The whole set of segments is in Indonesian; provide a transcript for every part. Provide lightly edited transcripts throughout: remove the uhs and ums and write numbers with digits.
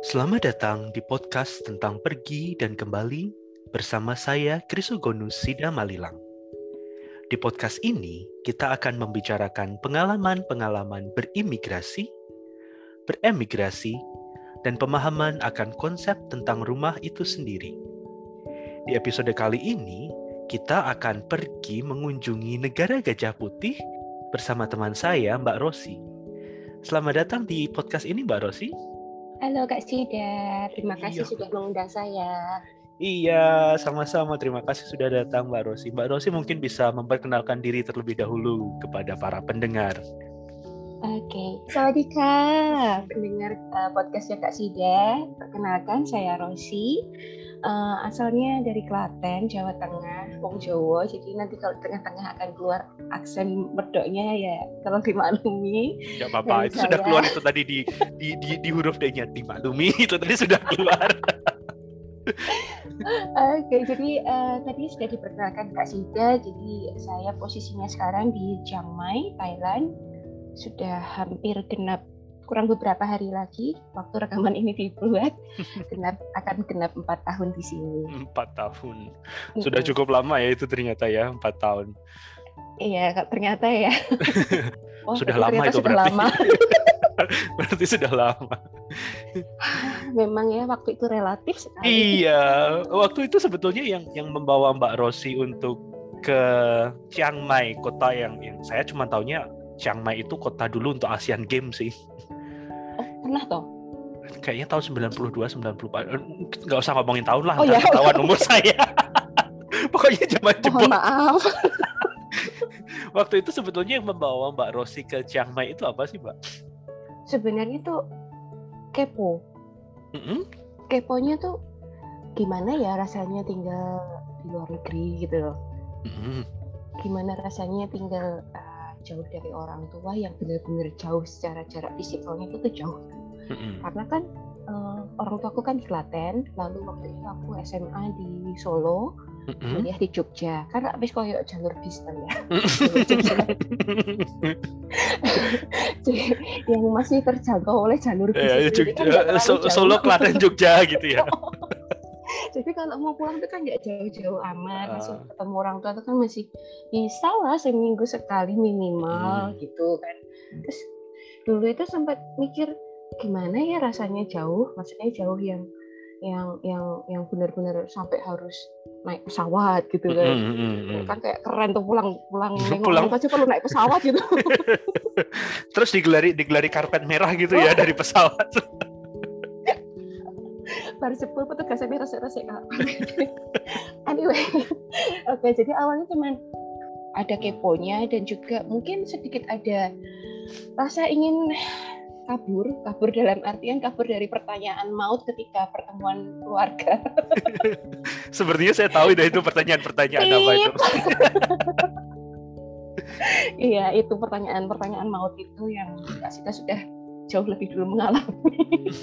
Selamat datang di podcast tentang pergi dan kembali bersama saya Krisogonus Sida Malilang. Di podcast ini kita akan membicarakan pengalaman-pengalaman berimigrasi, beremigrasi, dan pemahaman akan konsep tentang rumah itu sendiri. Di episode kali ini kita akan pergi mengunjungi negara Gajah Putih bersama teman saya Mbak Rosi. Selamat datang di podcast ini Mbak Rosi. Halo Kak Sida, terima kasih sudah mengundang saya. Iya, sama-sama. Terima kasih sudah datang Mbak Rosi. Mbak Rosi mungkin bisa memperkenalkan diri terlebih dahulu kepada para pendengar. Oke, sawadika, pendengar podcastnya Kak Sida. Perkenalkan, saya Rosi. Asalnya dari Klaten, Jawa Tengah, Wong Jawa. Jadi nanti kalau tengah-tengah akan keluar aksen merdoknya ya, tolong dimaklumi. Gak apa-apa, itu sudah keluar itu tadi di huruf D-nya, dimaklumi. Itu tadi sudah keluar. Oke, jadi tadi sudah diperkenalkan Kak Sida. Jadi saya posisinya sekarang di Chiang Mai, Thailand. Sudah hampir kurang beberapa hari lagi waktu rekaman ini dibuat, akan genap 4 tahun di sini. 4 tahun. Sudah cukup lama ya itu ternyata ya, 4 tahun. Iya, ternyata ya. Oh, sudah lama itu berarti. Lama. Berarti sudah lama. Memang ya waktu itu relatif sekali. Iya, waktu itu sebetulnya yang membawa Mbak Rosi untuk ke Chiang Mai, kota yang saya cuma taunya Chiang Mai itu kota dulu untuk Asian Games sih. Oh, pernah toh? Kayaknya tahun 92, 94. Nggak usah ngomongin tahun lah, ya? ketahuan umur saya. Pokoknya zaman jebol. Maaf. Waktu itu sebetulnya yang membawa Mbak Rosi ke Chiang Mai itu apa sih, Mbak? Sebenarnya tuh kepo. Keponya tuh gimana ya rasanya tinggal di luar negeri gitu loh. Gimana rasanya tinggal jauh dari orang tua yang benar-benar jauh secara jarak fisikalnya itu tuh jauh. Karena kan orang tua aku kan di Klaten, lalu waktu itu aku SMA di Solo, kuliah di Jogja. Karena habis koyo jalur bis ya. Yang masih terjangkau oleh jalur bis. Solo, Klaten, Jogja gitu ya. Jadi kalau mau pulang itu kan nggak jauh-jauh amat, langsung ketemu orang tua itu kan masih bisa lah seminggu sekali minimal gitu kan. Terus dulu itu sempat mikir gimana ya rasanya jauh, maksudnya jauh yang benar-benar sampai harus naik pesawat gitu kan. Kan kayak keren tuh pulang aja perlu naik pesawat gitu. Terus digelari karpet merah gitu ya dari pesawat. Baru sepul petugasnya resek-resek. Anyway, oke, jadi awalnya cuman ada keponya dan juga mungkin sedikit ada rasa ingin kabur dalam artian kabur dari pertanyaan maut ketika pertemuan keluarga. Sepertinya saya tahu itu pertanyaan apa itu. Iya, itu pertanyaan maut itu yang kita sudah jauh lebih dulu mengalami.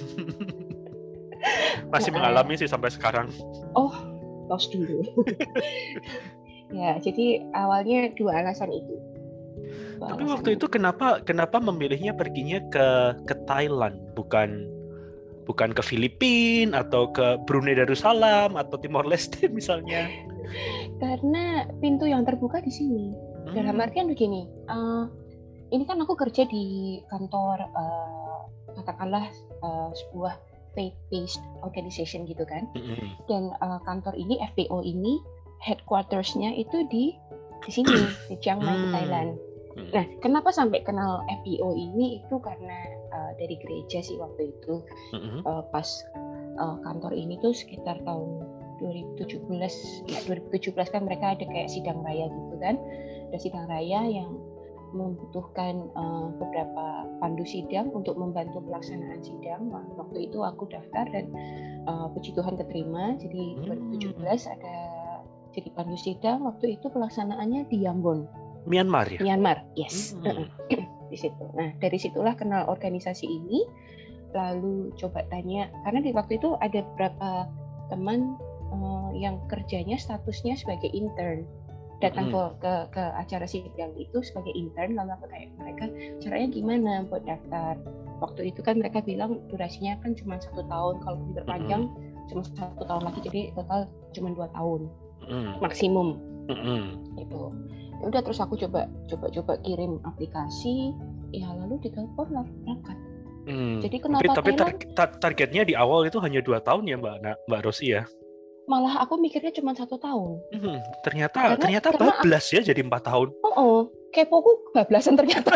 Masih mengalami sih sampai sekarang. Oh, tos dulu. Ya, jadi awalnya 2 alasan itu. Tapi waktu itu kenapa memilihnya perginya ke Thailand, bukan ke Filipina atau ke Brunei Darussalam atau Timor Leste misalnya? Karena pintu yang terbuka di sini. Dalam artian begini, ini kan aku kerja di kantor katakanlah sebuah faith-based organization gitu kan. Dan kantor ini, FBO ini, headquarters-nya itu di sini, di Chiang Mai, Thailand. Nah, kenapa sampai kenal FBO ini? Itu karena dari gereja sih waktu itu. Pas kantor ini tuh sekitar tahun 2017 kan mereka ada kayak sidang raya gitu kan. Ada sidang raya yang membutuhkan beberapa pandu sidang untuk membantu pelaksanaan sidang. Waktu itu aku daftar dan puji Tuhan keterima. Jadi 2017 ada jadi pandu sidang. Waktu itu pelaksanaannya di Yangon, Myanmar ya? Myanmar, yes. Di situ. Nah, dari situlah kenal organisasi ini. Lalu coba tanya, karena di waktu itu ada beberapa teman yang kerjanya statusnya sebagai intern. Datang ke acara sidang itu sebagai intern, lalu aku tanya mereka caranya gimana buat daftar waktu itu kan mereka bilang durasinya kan cuma 1 tahun, kalau diperpanjang cuma 1 tahun lagi, jadi total cuma 2 tahun maksimum. Itu. Ya udah, terus aku coba kirim aplikasi, ya lalu ditelepon lalu berangkat. Jadi kenapa tapi targetnya di awal itu hanya 2 tahun ya Mbak Rosi ya? Malah aku mikirnya cuma 1 tahun. Ternyata bablas ya jadi 4 tahun. Kepoku bablasan ternyata.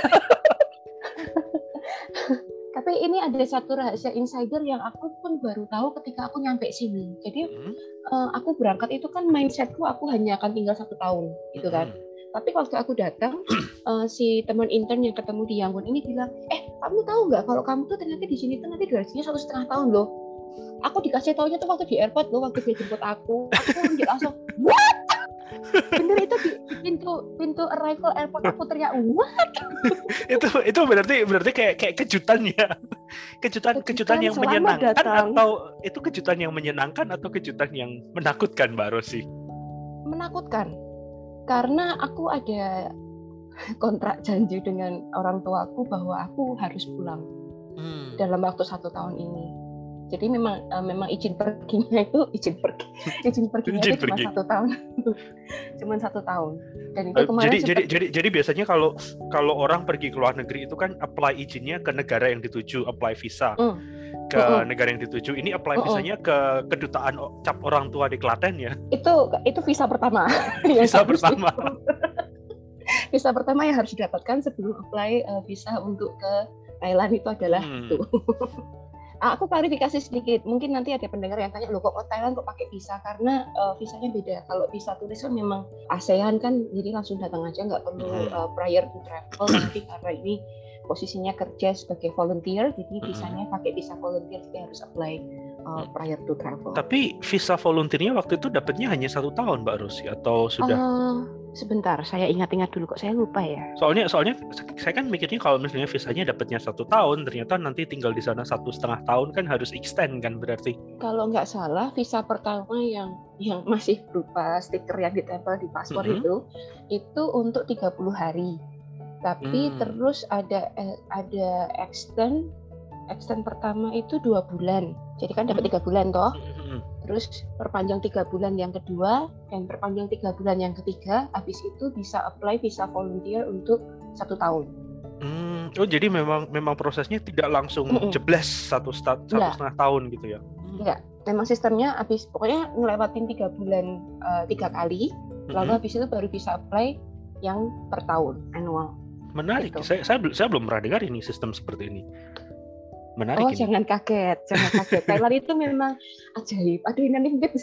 Tapi ini ada satu rahasia insider yang aku pun baru tahu ketika aku nyampe sini. Jadi aku berangkat itu kan mindsetku aku hanya akan tinggal 1 tahun gitu kan. Tapi waktu aku datang, si teman intern yang ketemu di Yangon ini bilang, kamu tahu nggak kalau kamu tuh ternyata di sini tuh nanti durasinya 1,5 tahun loh. Aku dikasih taunya tuh waktu di airport loh, waktu dia jemput aku langsung, what? Bener, itu di pintu arrival airport aku teriak, what? itu berarti kayak kejutan ya. Kejutan yang menyenangkan datang. Atau itu kejutan yang menyenangkan atau kejutan yang menakutkan Mbak Rosi? Menakutkan. Karena aku ada kontrak janji dengan orang tuaku bahwa aku harus pulang dalam waktu 1 tahun ini. Jadi memang izin perginya itu cuma 1 tahun, cuma 1 tahun. Dan itu kemarin jadi biasanya kalau orang pergi ke luar negeri itu kan apply izinnya ke negara yang dituju, apply visa ke negara yang dituju. Ini apply visanya ke kedutaan cap orang tua di Klaten ya? Itu visa pertama. Visa pertama yang harus didapatkan sebelum apply visa untuk ke Thailand itu adalah itu. Aku klarifikasi sedikit, mungkin nanti ada pendengar yang tanya, loh kok Thailand kok pakai visa? Karena visanya beda. Kalau visa turis kan memang ASEAN kan, jadi langsung datang aja, nggak perlu prior to travel. Tapi karena ini posisinya kerja sebagai volunteer, jadi visanya pakai visa volunteer, jadi harus apply prior to travel. Tapi visa volunteernya waktu itu dapatnya hanya 1 tahun Mbak Rosi atau sudah? Sebentar, saya ingat-ingat dulu, kok saya lupa ya. Soalnya saya kan mikirnya kalau misalnya visanya dapatnya 1 tahun, ternyata nanti tinggal di sana 1,5 tahun kan harus extend kan berarti? Kalau nggak salah, visa pertama yang masih berupa stiker yang ditempel di paspor itu untuk 30 hari. Tapi terus ada extend pertama itu 2 bulan. Jadi kan dapat 3 bulan toh. Terus perpanjang 3 bulan yang kedua dan perpanjang 3 bulan yang ketiga. Habis itu bisa apply visa volunteer untuk 1 tahun. Jadi memang prosesnya tidak langsung jebles 1,5 tahun gitu ya? Enggak, memang sistemnya habis pokoknya ngelewatin 3 bulan 3 kali, lalu habis itu baru bisa apply yang per tahun annual. Menarik. Gitu. Saya belum pernah dengar ini sistem seperti ini. Menarik ini. Jangan kaget. Thailand itu memang ajaib. Aduh, ini nanti mungkin bisa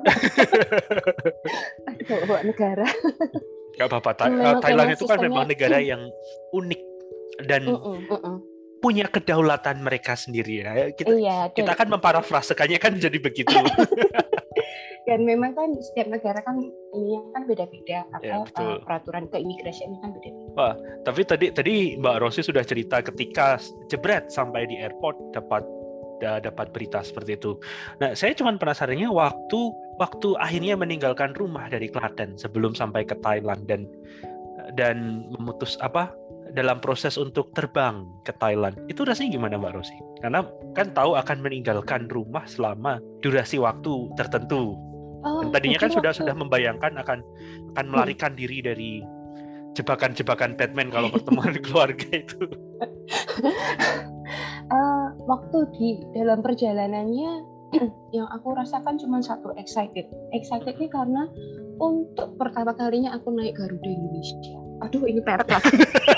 bawa negara. Gak apa-apa. Thailand itu kan memang negara yang unik dan punya kedaulatan mereka sendiri ya. Kita akan memparafrasekannya kan jadi begitu. Dan memang kan setiap negara kan ini kan beda-beda peraturan keimigrasian kan beda-beda. Wah, tapi tadi Mbak Rosi sudah cerita ketika jebret sampai di airport dapat berita seperti itu. Nah, saya cuma penasarannya waktu akhirnya meninggalkan rumah dari Klaten sebelum sampai ke Thailand dan memutus dalam proses untuk terbang ke Thailand. Itu rasanya gimana Mbak Rosi? Karena kan tahu akan meninggalkan rumah selama durasi waktu tertentu. Dan tadinya kan sudah membayangkan akan melarikan diri dari jebakan-jebakan Batman kalau pertemuan keluarga itu. Waktu di dalam perjalanannya yang aku rasakan cuma satu, excitednya karena untuk pertama kalinya aku naik Garuda Indonesia. Aduh, ini merek lagi.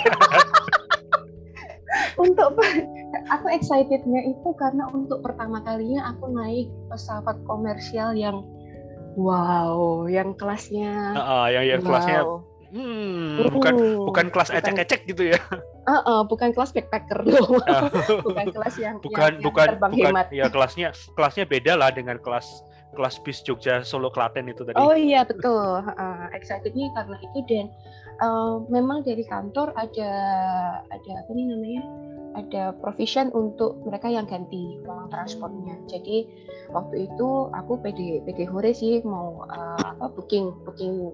Aku excitednya itu karena untuk pertama kalinya aku naik pesawat komersial yang yang kelasnya yang kelasnya bukan kelas ecek-ecek gitu ya. Bukan kelas backpacker dong. Bukan kelas yang terbang hemat. Ya kelasnya beda lah dengan kelas bis Jogja Solo Klaten itu tadi. Oh iya betul. Excitednya karena itu dan memang dari kantor ada apa nih namanya? Ada provision untuk mereka yang ganti uang transportnya. Jadi waktu itu aku pede hore sih mau booking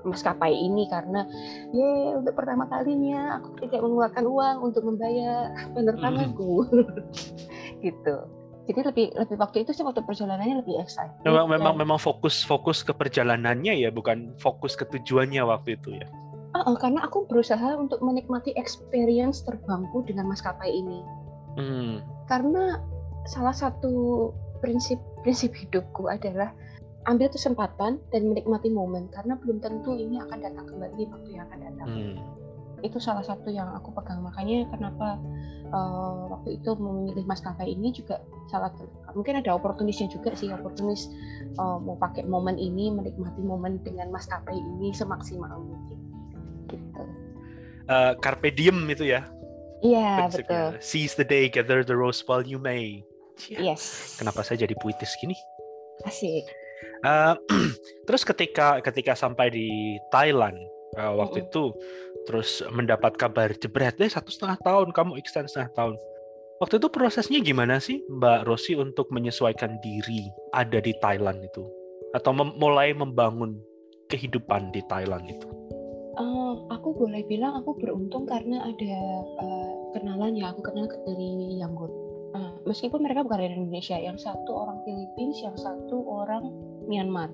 maskapai ini karena untuk pertama kalinya aku tidak mengeluarkan uang untuk membayar penerbanganku. Gitu. Jadi lebih waktu itu sih waktu perjalanannya lebih excited. Memang fokus ke perjalanannya ya, bukan fokus ke tujuannya waktu itu ya. Karena aku berusaha untuk menikmati experience terbangku dengan maskapai ini. Karena salah satu prinsip hidupku adalah ambil kesempatan dan menikmati momen, karena belum tentu ini akan datang kembali waktu yang akan datang. Itu salah satu yang aku pegang, makanya kenapa waktu itu memilih maskapai ini juga mungkin ada oportunisnya juga sih, mau pakai momen ini, menikmati momen dengan maskapai ini semaksimal mungkin gitu. Carpe diem itu ya. Iya, betul. Seize the day, gather the rose while you may. Yes. Kenapa saya jadi puitis gini? Asik. Terus ketika sampai di Thailand waktu itu, terus mendapat kabar jebret deh 1,5 tahun, kamu extend 1,5 tahun. Waktu itu prosesnya gimana sih Mbak Rosi untuk menyesuaikan diri ada di Thailand itu, atau mulai membangun kehidupan di Thailand itu? Aku boleh bilang aku beruntung karena ada kenalan ya, aku kenal dari Yangon. Meskipun mereka bukan dari Indonesia, yang satu orang Philippines, yang satu orang Myanmar.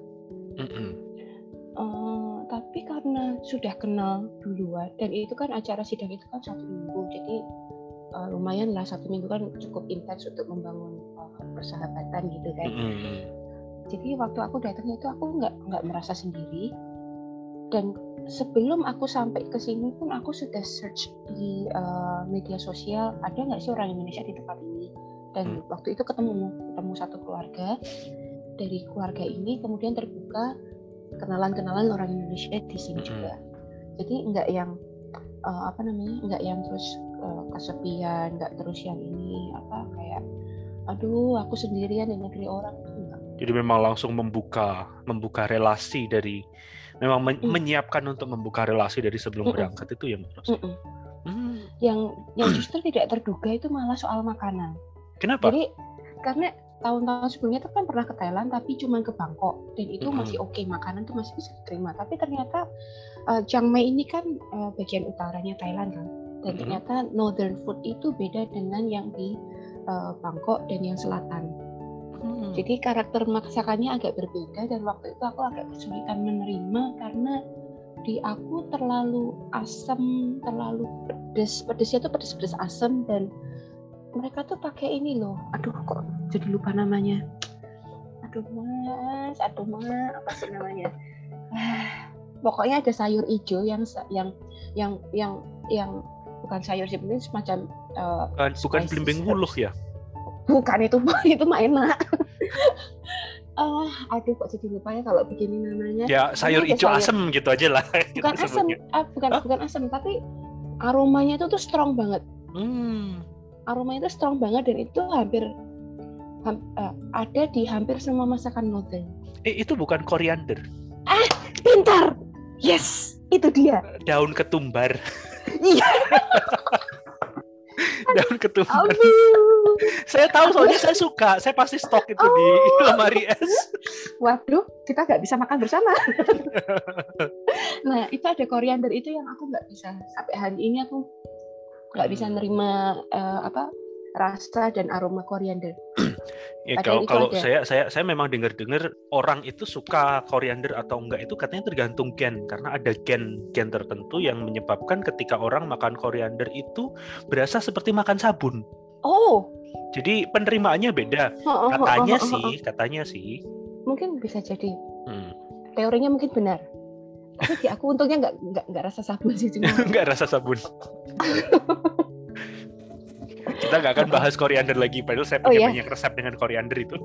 Tapi karena sudah kenal duluan, dan itu kan acara sidang itu kan 1 minggu, jadi lumayan lah 1 minggu kan cukup intens untuk membangun persahabatan gitu kan. Jadi waktu aku datang itu aku nggak merasa sendiri, dan sebelum aku sampai ke sini pun aku sudah search di media sosial ada nggak sih orang Indonesia di tempat ini. Dan waktu itu ketemu satu keluarga. Dari keluarga ini kemudian terbuka kenalan orang Indonesia di sini juga. Jadi nggak yang nggak yang terus kesepian, nggak terus yang ini kayak aduh aku sendirian di negeri orang, itu enggak. Jadi memang langsung membuka relasi dari memang menyiapkan untuk membuka relasi dari sebelum berangkat itu ya Mbak Rosi. Yang justru tidak terduga itu malah soal makanan. Kenapa? Jadi karena tahun-tahun sebelumnya itu kan pernah ke Thailand tapi cuma ke Bangkok, dan itu masih oke, makanan tuh masih bisa diterima. Tapi ternyata Chiang Mai ini kan bagian utaranya Thailand kan, dan ternyata northern food itu beda dengan yang di Bangkok dan yang selatan. Jadi karakter masakannya agak berbeda, dan waktu itu aku agak kesulitan menerima karena di aku terlalu asam, terlalu pedas. Pedasnya tuh pedas asam, dan mereka tuh pakai ini loh. Aduh kok jadi lupa namanya. Aduh mas, apa sih namanya? Pokoknya ada sayur hijau yang bukan sayur sih, mungkin semacam bukan belimbing wuluh ya? Bukan, itu mah enak. Aduh kok jadi lupa ya kalau begini namanya. Ya sayur hijau asem gitu aja lah. Bukan asem, bukan asem, tapi aromanya itu tuh strong banget. Aromanya itu strong banget, dan itu hampir ada di hampir semua masakan northern. Itu bukan koriander. Pintar. Yes, itu dia. Daun ketumbar. Iya. Daun ketumbar. Saya tahu soalnya saya suka. Saya pasti stok itu di lemari es. Waduh, kita nggak bisa makan bersama. Nah, itu ada koriander itu yang aku nggak bisa. Sampai hari ini aku nggak bisa nerima rasa dan aroma koriander. Ya, kalau saya memang dengar orang itu suka koriander atau enggak itu katanya tergantung gen, karena ada gen tertentu yang menyebabkan ketika orang makan koriander itu berasa seperti makan sabun. Oh. Jadi penerimaannya beda. Katanya sih. Mungkin bisa jadi. Teorinya mungkin benar. Tapi di aku untungnya nggak rasa sabun sih, cuma. Nggak rasa sabun. Kita nggak akan bahas koriander lagi, padahal saya punya banyak resep dengan koriander itu.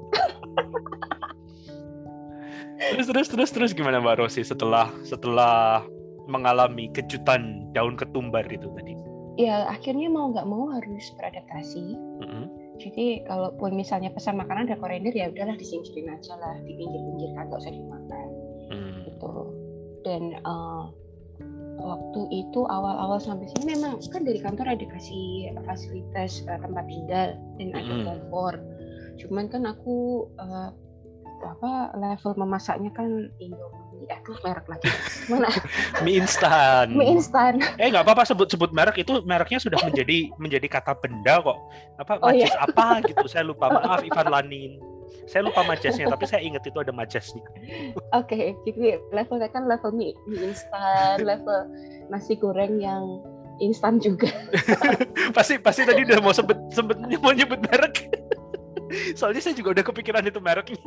Terus gimana Mbak Rosi setelah mengalami kejutan daun ketumbar itu tadi? Ya akhirnya mau nggak mau harus beradaptasi. Jadi kalaupun misalnya pesan makanan ada koriander, ya udahlah disingkirin aja lah, di pinggir-pinggir kan, nggak usah dimakan. Gitu. Dan waktu itu awal-awal sampai sini memang kan dari kantor ada kasih fasilitas tempat tinggal dan ada kompor. Cuman kan aku level memasaknya kan Indomie, merek lagi. Mana? Mie instan. Mie instan. Nggak apa-apa sebut merek, itu mereknya sudah menjadi kata benda kok. Majas apa gitu, saya lupa. Maaf Ivan Lanin. Saya lupa majasnya, tapi saya ingat itu ada majasnya. Oke, jadi levelnya kan level mie instan, level nasi goreng yang instan juga. pasti tadi udah mau nyebut merek. Soalnya saya juga udah kepikiran itu mereknya.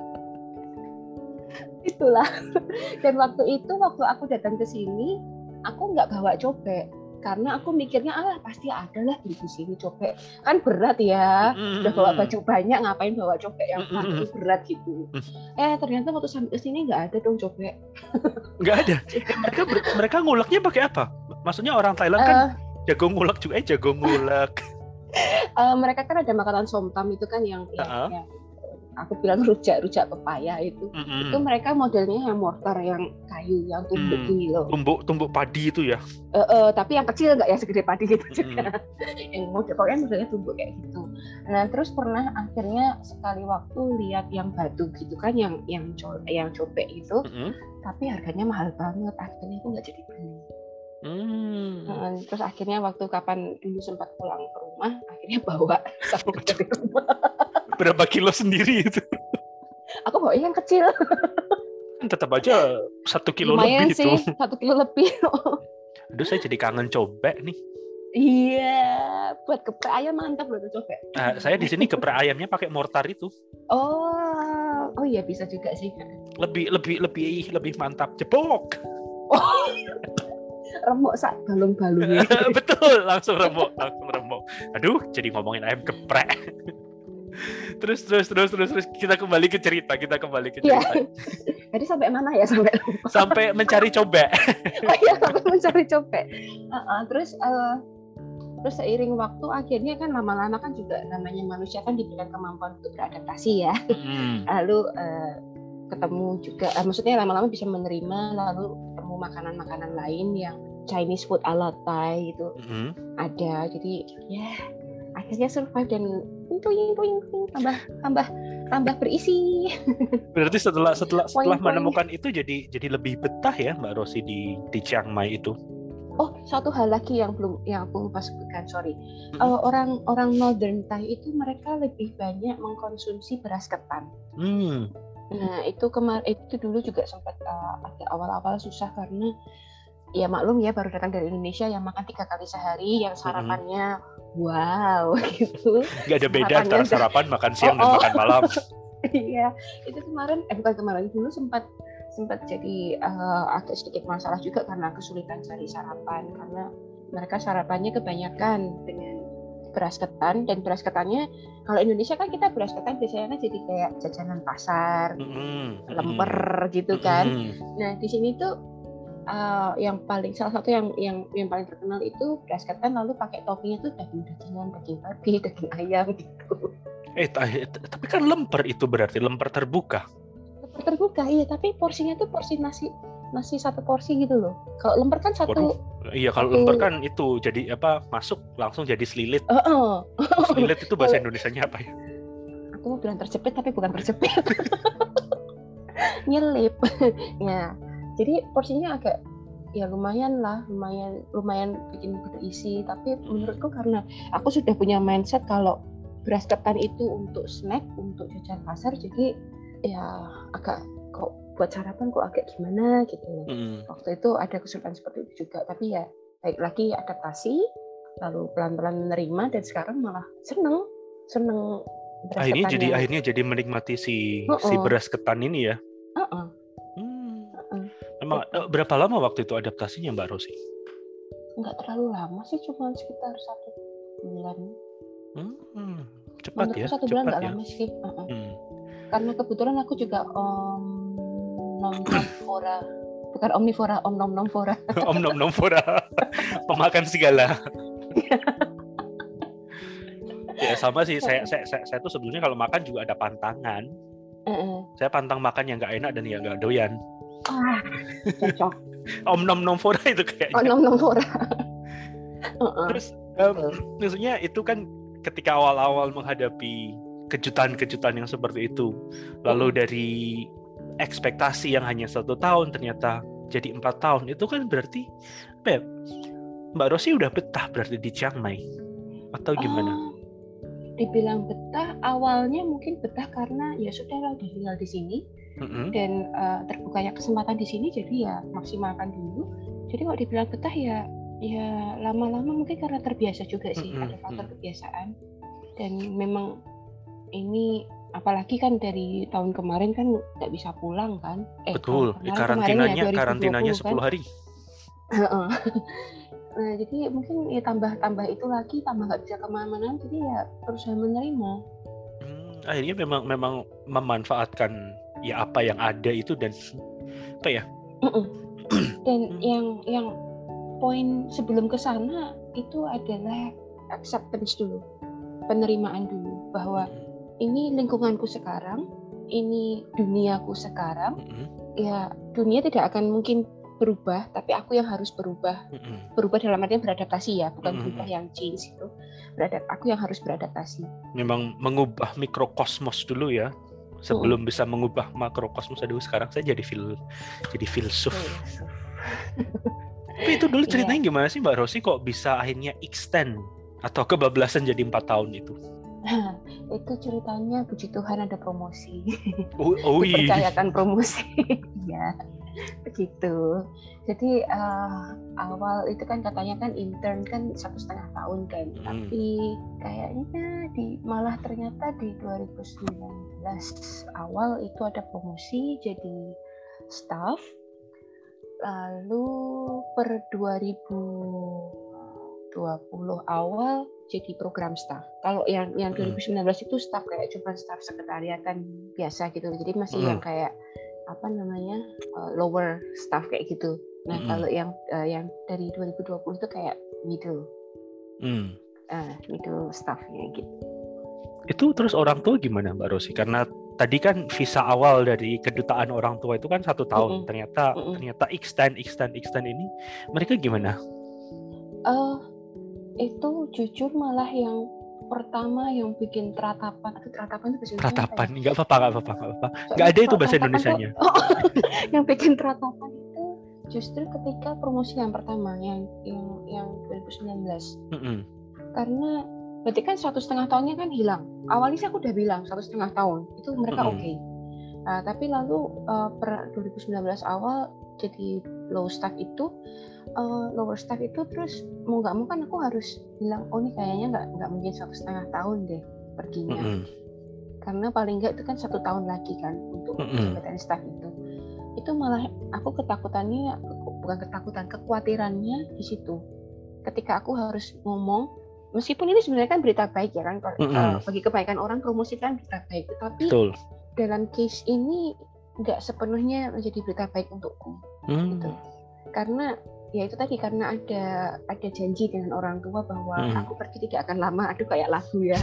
Itulah. Dan waktu aku datang ke sini, aku nggak bawa cobek. Karena aku mikirnya, pasti ada lah di sini cobek. Kan berat ya, udah bawa baju banyak, ngapain bawa cobek yang berat gitu. Ternyata waktu sampai ke sini nggak ada dong cobek. Nggak ada? Mereka nguleknya pakai apa? Maksudnya orang Thailand kan jago ngulek juga, jago ngulek. Mereka kan ada makanan somtam itu kan yang aku bilang rujak pepaya itu. Itu mereka modelnya yang mortar, yang kayu, yang tumbuk gini loh. Tumbuk padi itu ya? Tapi yang kecil nggak ya segede padi gitu juga. Yang modelnya tumbuk kayak gitu. Nah terus pernah akhirnya sekali waktu lihat yang batu gitu kan, yang cobek itu, tapi harganya mahal banget. Akhirnya aku nggak jadi beli. Terus akhirnya waktu kapan dulu sempat pulang ke rumah, akhirnya bawa sampai dari rumah. Berapa kilo sendiri itu? Aku bawa yang kecil. Tetap aja 1 kilo lumayan lebih sih, itu. 1 kilo lebih. Aduh, saya jadi kangen cobek nih. Iya, buat geprek ayam mantap loh cobek. Saya di sini geprek ayamnya pakai mortar itu. Oh iya bisa juga sih. Lebih mantap, jebok. Remuk sak balung-balungnya. Betul, langsung remuk. Aduh, jadi ngomongin ayam geprek. Terus kita kembali ke cerita. Ya. Jadi sampai mana ya? Sampai mencari cobek. Oh iya, sampai mencari cobek. Terus seiring waktu akhirnya kan lama-lama kan juga namanya manusia kan diberikan kemampuan untuk beradaptasi ya. Lalu ketemu juga, maksudnya lama-lama bisa menerima, lalu ketemu makanan-makanan lain yang Chinese food ala Thai gitu. Ada, jadi ya akhirnya survive dan tambah berisi. Berarti setelah menemukan itu jadi lebih betah ya Mbak Rosi di Chiang Mai itu. Oh, satu hal lagi yang aku lupa sebutkan, sorry. Orang Northern Thai itu mereka lebih banyak mengkonsumsi beras ketan. Nah, itu dulu juga sempat agak awal-awal susah karena ya maklum ya baru datang dari Indonesia yang makan 3 kali sehari, yang sarapannya wow gitu. Nggak ada beda antara sarapan, makan siang dan makan malam. Iya, itu dulu sempat jadi agak sedikit masalah juga karena kesulitan cari sarapan, karena mereka sarapannya kebanyakan dengan beras ketan, dan beras ketannya kalau Indonesia kan kita beras ketan biasanya jadi kayak jajanan pasar, lemper gitu kan. Nah di sini tuh salah satu yang paling terkenal itu beras ketan, lalu pakai toppingnya tuh daging-dagingan, daging babi, daging ayam gitu. Tapi kan lemper itu berarti lemper terbuka. Lemper terbuka, iya, tapi porsinya tuh porsi nasi 1 porsi gitu loh. Kalau lemper kan satu. Iya, kalau lemper kan itu jadi masuk langsung jadi selilit. Selilit itu bahasa Indonesianya apa ya? Aku mau bilang terjepit tapi bukan terjepit. Nyelip. Ya. Jadi porsinya agak ya lumayan bikin berisi, tapi menurutku karena aku sudah punya mindset kalau beras ketan itu untuk snack, untuk jajan pasar, jadi ya agak kok buat sarapan kok agak gimana gitu. Waktu itu ada kesulitan seperti itu juga, tapi ya baik lagi adaptasi, lalu pelan-pelan menerima, dan sekarang malah seneng beras ketannya. Akhirnya jadi menikmati si beras ketan ini ya. Emang berapa lama waktu itu adaptasinya Mbak Rosi? Nggak terlalu lama sih, cuma sekitar 1 bulan. Cepat ya? 1 bulan nggak lama sih. Karena kebetulan aku juga omnivora, bukan omnivora, omnomnomvora. Omnomnomvora, pemakan segala. Ya sama sih, saya tuh sebelumnya kalau makan juga ada pantangan. Saya pantang makan yang nggak enak dan yang nggak doyan. Cocok. Omnomnomvora itu kayaknya. Omnomnomvora. Terus maksudnya itu kan ketika awal-awal menghadapi kejutan-kejutan yang seperti itu. Lalu dari ekspektasi yang hanya 1 tahun ternyata jadi 4 tahun. Itu kan berarti Mbak Rosi udah betah berarti di Chiang Mai atau gimana? Dibilang betah, awalnya mungkin betah karena ya sudah lah udah tinggal di sini dan terbukanya kesempatan di sini, jadi ya maksimalkan dulu. Jadi kalau dibilang betah ya lama-lama mungkin karena terbiasa juga sih, ada faktor kebiasaan. Dan memang ini apalagi kan dari tahun kemarin kan nggak bisa pulang kan. Betul, karantinanya 10 hari. Nah, jadi mungkin ya tambah itu lagi, tambah nggak bisa kemana-mana, jadi ya berusaha menerima. Akhirnya memang memanfaatkan ya apa yang ada itu dan apa ya? Dan yang poin sebelum ke sana itu adalah acceptance dulu, penerimaan dulu bahwa ini lingkunganku sekarang, ini duniaku sekarang. Ya dunia tidak akan mungkin berubah, tapi aku yang harus berubah. Berubah dalam artian beradaptasi ya, bukan berubah yang change itu. Aku yang harus beradaptasi. Memang mengubah mikrokosmos dulu ya, sebelum bisa mengubah makrokosmos. Aduh, sekarang saya jadi filsuf. Tapi itu dulu ceritanya gimana sih Mbak Rosi kok bisa akhirnya extend atau kebablasan jadi 4 tahun itu? Itu ceritanya puji Tuhan ada promosi. Iya. Dipercayakan promosi. Ya. Begitu. Jadi awal itu kan katanya kan intern kan 1,5 tahun kan, tapi kayaknya malah ternyata di 2019 awal itu ada promosi jadi staff, lalu per 2020 awal jadi program staff. Kalau yang 2019 itu staff kayak cuma staff sekretariatan biasa gitu, jadi masih yang kayak lower staff kayak gitu. Nah kalau yang dari 2020 itu kayak middle staffnya gitu. Itu terus orang tua gimana Mbak Rosi? Karena tadi kan visa awal dari kedutaan orang tua itu kan 1 tahun. Ternyata extend ini mereka gimana? Itu jujur malah yang pertama yang bikin teratapan itu teratapan nggak apa-apa nggak ada itu bahasa Indonesianya. Yang bikin teratapan itu justru ketika promosi yang pertama yang 2019 karena berarti kan 1,5 tahunnya kan hilang. Awalnya sih aku udah bilang 1,5 tahun itu mereka oke. Tapi lalu per 2019 awal jadi lower staff itu terus mau nggak mau kan aku harus bilang ini kayaknya nggak mungkin 1,5 tahun deh perginya, karena paling nggak itu kan 1 tahun lagi kan untuk jabatan staff itu malah aku kekhawatirannya di situ ketika aku harus ngomong, meskipun ini sebenarnya kan berita baik ya kan, bagi kebaikan orang promosi kan berita baik, tapi dalam case ini nggak sepenuhnya menjadi berita baik untukku gitu. Karena ya itu tadi, karena ada janji dengan orang tua bahwa aku pergi tidak akan lama. Aduh kayak lagu ya.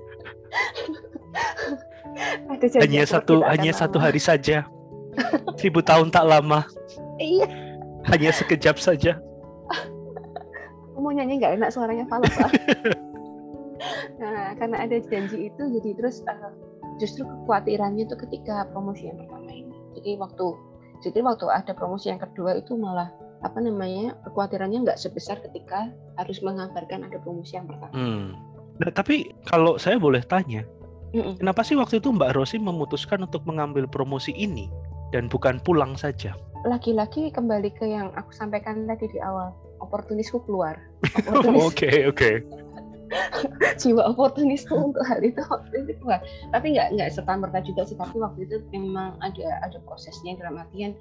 Ada janji hanya satu hari saja. 1000 tahun tak lama. Iya. Hanya sekejap saja. Aku mau nyanyi nggak enak, suaranya fals lah. Nah karena ada janji itu, jadi terus justru kekhawatirannya itu ketika promosi yang pertama ini. Jadi waktu ada promosi yang kedua itu malah kekhawatirannya nggak sebesar ketika harus mengabarkan ada promosi yang pertama. Nah, tapi kalau saya boleh tanya, kenapa sih waktu itu Mbak Rosi memutuskan untuk mengambil promosi ini dan bukan pulang saja? Lagi-lagi kembali ke yang aku sampaikan tadi di awal, oportunisku keluar. Oke. Jiwa oportunisku untuk hal itu keluar. Tapi nggak serta-merta juga sih, tapi waktu itu memang ada prosesnya, dalam artian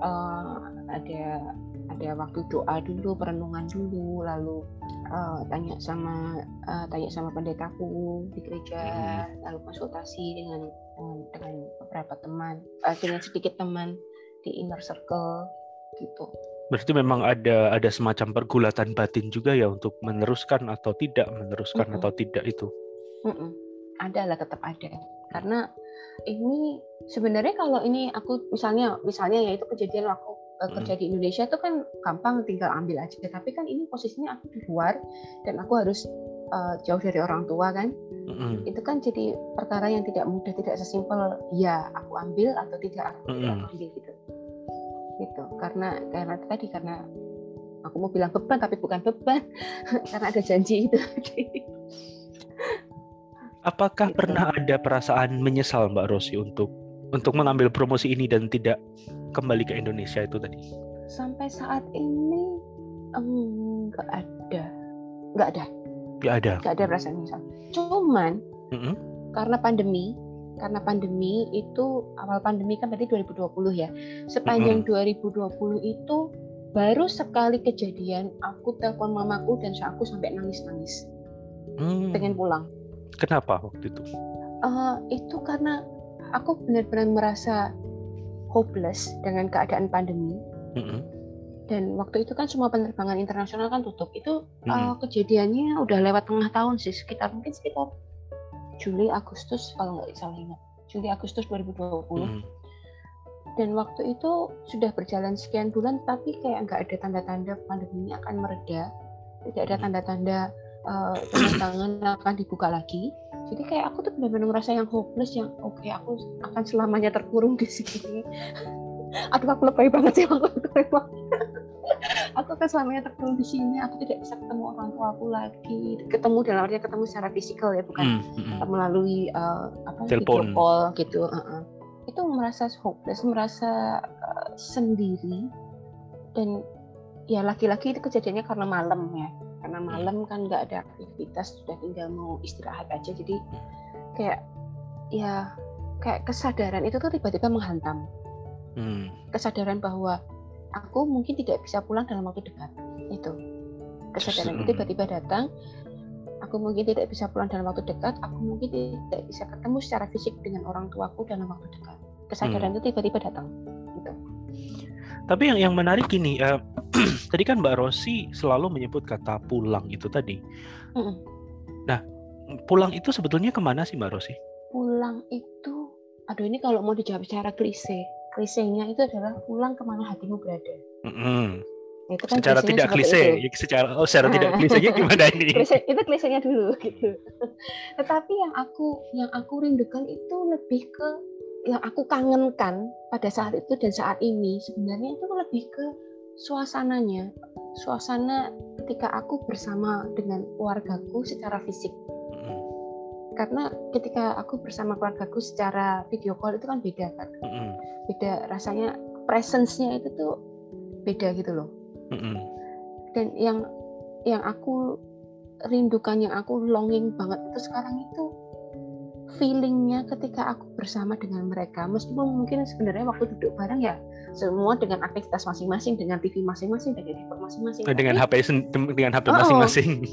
ada waktu doa dulu, perenungan dulu, lalu tanya sama pendetaku di gereja, lalu konsultasi dengan beberapa teman, dengan sedikit teman di inner circle gitu. Berarti memang ada semacam pergulatan batin juga ya untuk meneruskan atau tidak itu. Ada lah, tetap ada. Karena ini sebenarnya kalau ini aku misalnya ya itu kejadian aku kerja di Indonesia itu kan gampang, tinggal ambil aja. Tapi kan ini posisinya aku di luar dan aku harus jauh dari orang tua kan, itu kan jadi perkara yang tidak mudah, tidak sesimpel ya aku ambil atau tidak aku ambil gitu. Karena aku mau bilang beban tapi bukan beban karena ada janji itu. Apakah pernah ada perasaan menyesal Mbak Rosi untuk mengambil promosi ini dan tidak kembali ke Indonesia itu tadi? Sampai saat ini nggak ada perasaan menyesal. Cuman karena pandemi itu, awal pandemi kan tadi 2020 ya. Sepanjang 2020 itu baru sekali kejadian aku telepon mamaku dan aku sampai nangis-nangis pengen pulang. Kenapa waktu itu? Itu karena aku benar-benar merasa hopeless dengan keadaan pandemi. Dan waktu itu kan semua penerbangan internasional kan tutup. Itu kejadiannya udah lewat tengah tahun sih, sekitar Juli Agustus kalau nggak salah ingat. Juli Agustus 2020. Dan waktu itu sudah berjalan sekian bulan, tapi kayak nggak ada tanda-tanda pandemi akan mereda, tidak ada tanda-tanda penerbangan akan dibuka lagi. Jadi kayak aku tuh benar-benar merasa yang hopeless, yang oke, aku akan selamanya terkurung di sini. Aduh, aku lebay banget sih waktu itu. Aku akan selamanya terkurung di sini. Aku tidak bisa ketemu orang tua aku lagi. Ketemu dalam artinya ketemu secara fisikal ya, bukan melalui video call gitu. Itu merasa hopeless, merasa sendiri. Dan ya lagi-lagi itu kejadiannya karena malam ya. Karena malam kan nggak ada aktivitas, sudah tinggal mau istirahat aja. Jadi kayak kesadaran itu tuh tiba-tiba menghantam. Kesadaran bahwa aku mungkin tidak bisa pulang dalam waktu dekat. Itu kesadaran itu tiba-tiba datang. Aku mungkin tidak bisa pulang dalam waktu dekat. Aku mungkin tidak bisa ketemu secara fisik dengan orang tuaku dalam waktu dekat. Kesadaran itu tiba-tiba datang. Gitu. Tapi yang menarik gini, tadi kan Mbak Rosi selalu menyebut kata pulang itu tadi. Nah, pulang itu sebetulnya kemana sih Mbak Rosi? Pulang itu, ini kalau mau dijawab secara klisenya itu adalah pulang kemana hatimu berada. Itu kan secara tidak klise, secara tidak klisenya gimana ini? Itu klisenya dulu gitu. Tetapi yang aku rindukan itu lebih ke yang aku kangenkan pada saat itu dan saat ini sebenarnya itu lebih ke suasananya, suasana ketika aku bersama dengan keluargaku secara fisik. Karena ketika aku bersama keluargaku secara video call itu kan beda kan, beda rasanya, presence-nya itu tuh beda gitu loh. Dan yang aku rindukan, yang aku longing banget itu sekarang itu feelingnya ketika aku bersama dengan mereka, meskipun mungkin sebenarnya waktu duduk bareng ya semua dengan aktivitas masing-masing, dengan TV masing-masing, dengan handphone masing-masing, dengan HP masing-masing,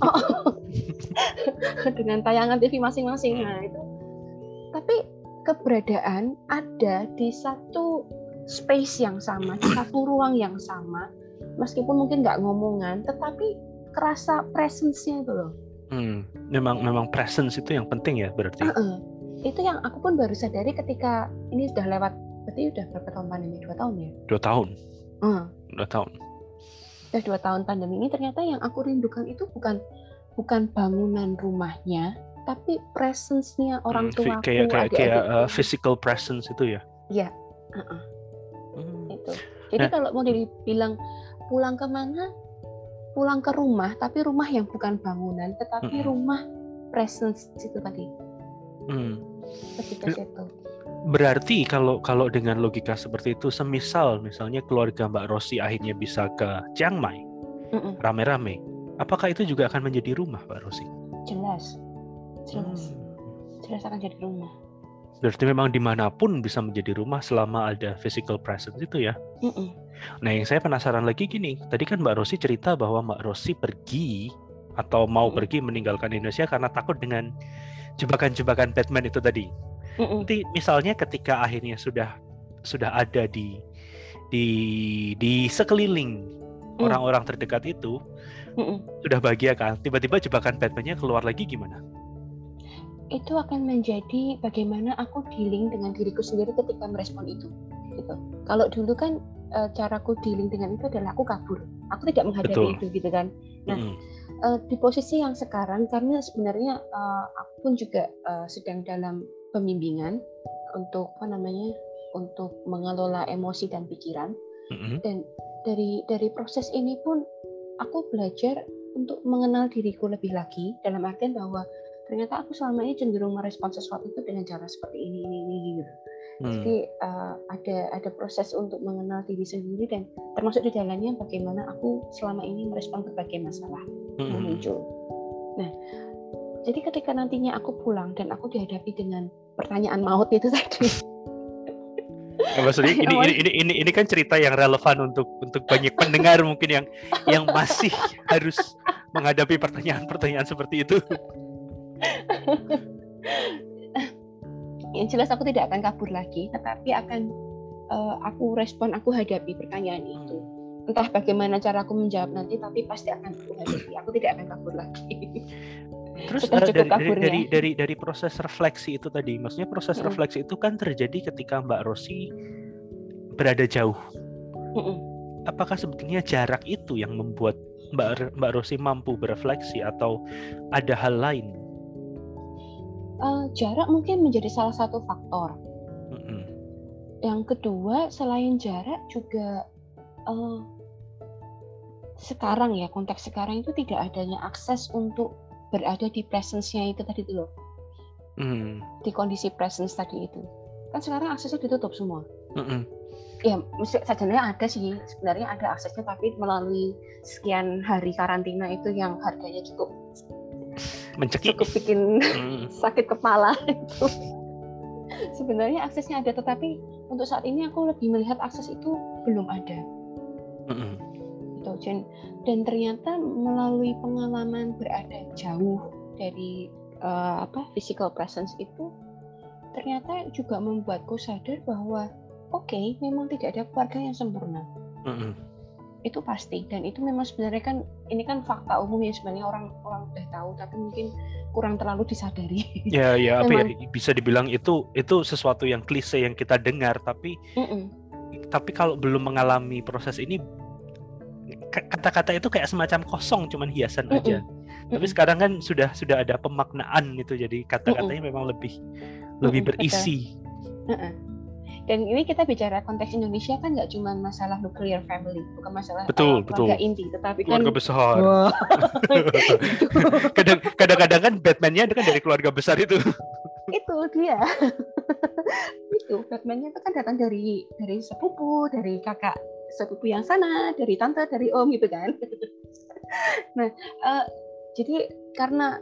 dengan tayangan TV masing-masing. Nah itu, tapi keberadaan ada di satu space yang sama, di satu ruang yang sama, meskipun mungkin nggak ngomongan, tetapi kerasa presence-nya itu loh. Memang presence itu yang penting ya berarti. Itu yang aku pun baru sadari ketika ini sudah lewat, berarti udah berapa tahun pandemi? 2 tahun ya? 2 tahun. 2 tahun. Sudah 2 tahun pandemi ini, ternyata yang aku rindukan itu bukan bangunan rumahnya, tapi presence-nya orang tuaku, kayak physical presence itu ya? Iya. Itu. Jadi kalau mau dibilang pulang kemana? Pulang ke rumah, tapi rumah yang bukan bangunan, tetapi rumah presence itu tadi. Berarti kalau dengan logika seperti itu, misalnya keluarga Mbak Rosi akhirnya bisa ke Chiang Mai rame-rame, apakah itu juga akan menjadi rumah Mbak Rosi? Jelas akan jadi rumah. Berarti memang dimanapun bisa menjadi rumah selama ada physical presence itu ya. Nah, yang saya penasaran lagi gini, tadi kan Mbak Rosi cerita bahwa Mbak Rosi pergi atau mau pergi meninggalkan Indonesia karena takut dengan jebakan-jebakan Batman itu tadi. Nanti misalnya ketika akhirnya sudah ada di sekeliling orang-orang terdekat itu, sudah bahagia kan, tiba-tiba jebakan Batman-nya keluar lagi, gimana? Itu akan menjadi bagaimana aku dealing dengan diriku sendiri ketika merespon itu. Gitu. Kalau dulu kan caraku dealing dengan itu adalah aku kabur, aku tidak menghadapi itu gitu kan. Nah, Di posisi yang sekarang, karena sebenarnya aku pun juga sedang dalam pembimbingan untuk untuk mengelola emosi dan pikiran. Dan dari proses ini pun aku belajar untuk mengenal diriku lebih lagi, dalam artian bahwa ternyata aku selama ini cenderung merespon sesuatu itu dengan cara seperti ini gitu. Jadi ada proses untuk mengenal diri sendiri, dan termasuk di dalamnya bagaimana aku selama ini merespon berbagai masalah yang muncul. Nah, jadi ketika nantinya aku pulang dan aku dihadapi dengan pertanyaan maut itu tadi. Ya, maksudnya ini kan cerita yang relevan untuk banyak pendengar mungkin yang masih harus menghadapi pertanyaan-pertanyaan seperti itu. Yang jelas aku tidak akan kabur lagi, tetapi akan aku hadapi pertanyaan itu. Entah bagaimana cara aku menjawab nanti, tapi pasti akan aku hadapi. Aku tidak akan kabur lagi. Terus dari proses refleksi itu tadi, maksudnya proses refleksi itu kan terjadi ketika Mbak Rosi berada jauh. Apakah sebetulnya jarak itu yang membuat Mbak Rosi mampu berefleksi, atau ada hal lain? Jarak mungkin menjadi salah satu faktor. Yang kedua, selain jarak juga sekarang ya, konteks sekarang itu tidak adanya akses untuk berada di presence-nya itu tadi loh. Di kondisi presence tadi itu. Kan sekarang aksesnya ditutup semua. Ya, sebenarnya ada sih, sebenarnya ada aksesnya, tapi melalui sekian hari karantina itu yang harganya cukup mencekik, cukup bikin sakit kepala itu. Sebenarnya aksesnya ada, tetapi untuk saat ini aku lebih melihat akses itu belum ada. Dan ternyata melalui pengalaman berada jauh dari physical presence itu, ternyata juga membuatku sadar bahwa memang tidak ada keluarga yang sempurna. Itu pasti, dan itu memang sebenarnya kan ini kan fakta umum ya, sebenarnya orang udah tahu, tapi mungkin kurang terlalu disadari. Ya bisa dibilang itu sesuatu yang klise yang kita dengar, tapi kalau belum mengalami proses ini, kata-kata itu kayak semacam kosong, cuman hiasan aja. Tapi sekarang kan sudah ada pemaknaan itu, jadi kata-katanya memang lebih berisi. Dan ini kita bicara konteks Indonesia kan nggak cuma masalah nuclear family, bukan masalah keluarga inti, tetapi keluarga kan besar. Kadang-kadang kan Batman-nya kan dari keluarga besar itu. Itu dia. Itu Batman-nya itu kan datang dari sepupu, dari kakak sepupu yang sana, dari tante, dari om gitu kan. Nah, jadi karena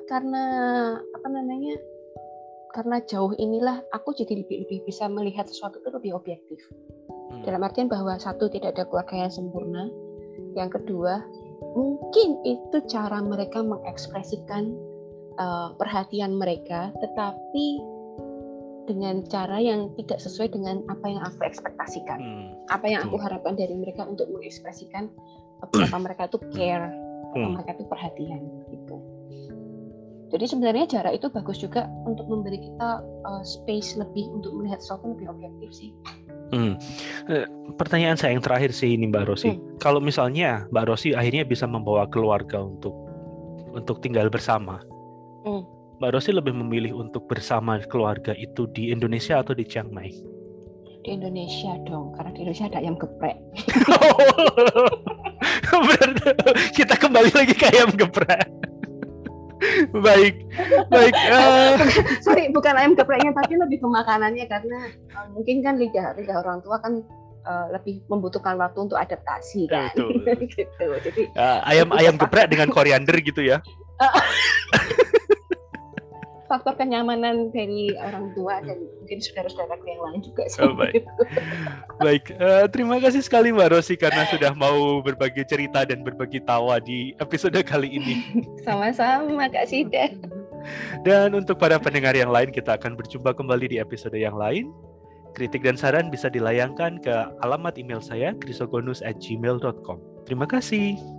karena jauh inilah aku jadi lebih bisa melihat sesuatu itu lebih objektif. Dalam artian bahwa satu, tidak ada keluarga yang sempurna. Yang kedua, mungkin itu cara mereka mengekspresikan perhatian mereka, tetapi dengan cara yang tidak sesuai dengan apa yang aku ekspektasikan, apa yang aku harapkan dari mereka untuk mengekspresikan betapa mereka itu care, betapa mereka itu perhatian gitu. Jadi sebenarnya jarak itu bagus juga untuk memberi kita space lebih untuk melihat sesuatu lebih objektif sih. Pertanyaan saya yang terakhir sih ini Mbak Rosi, kalau misalnya Mbak Rosi akhirnya bisa membawa keluarga untuk tinggal bersama, Mbak Rosi lebih memilih untuk bersama keluarga itu di Indonesia atau di Chiang Mai? Di Indonesia dong, karena di Indonesia ada ayam geprek. Kita kembali lagi ke ayam geprek. Baik. Sorry, bukan ayam gepreknya, tapi lebih ke makanannya, karena mungkin kan lidah orang tua kan lebih membutuhkan waktu untuk adaptasi kan. Gitu. Jadi ayam geprek dengan koriander gitu ya. Faktor kenyamanan dari orang tua dan mungkin saudara-saudaraku yang lain juga sih. Baik. Terima kasih sekali Mbak Rosi karena sudah mau berbagi cerita dan berbagi tawa di episode kali ini. Sama-sama Kak Sida. Dan untuk para pendengar yang lain, kita akan berjumpa kembali di episode yang lain. Kritik dan saran bisa dilayangkan ke alamat email saya krisogonus@gmail.com. Terima kasih.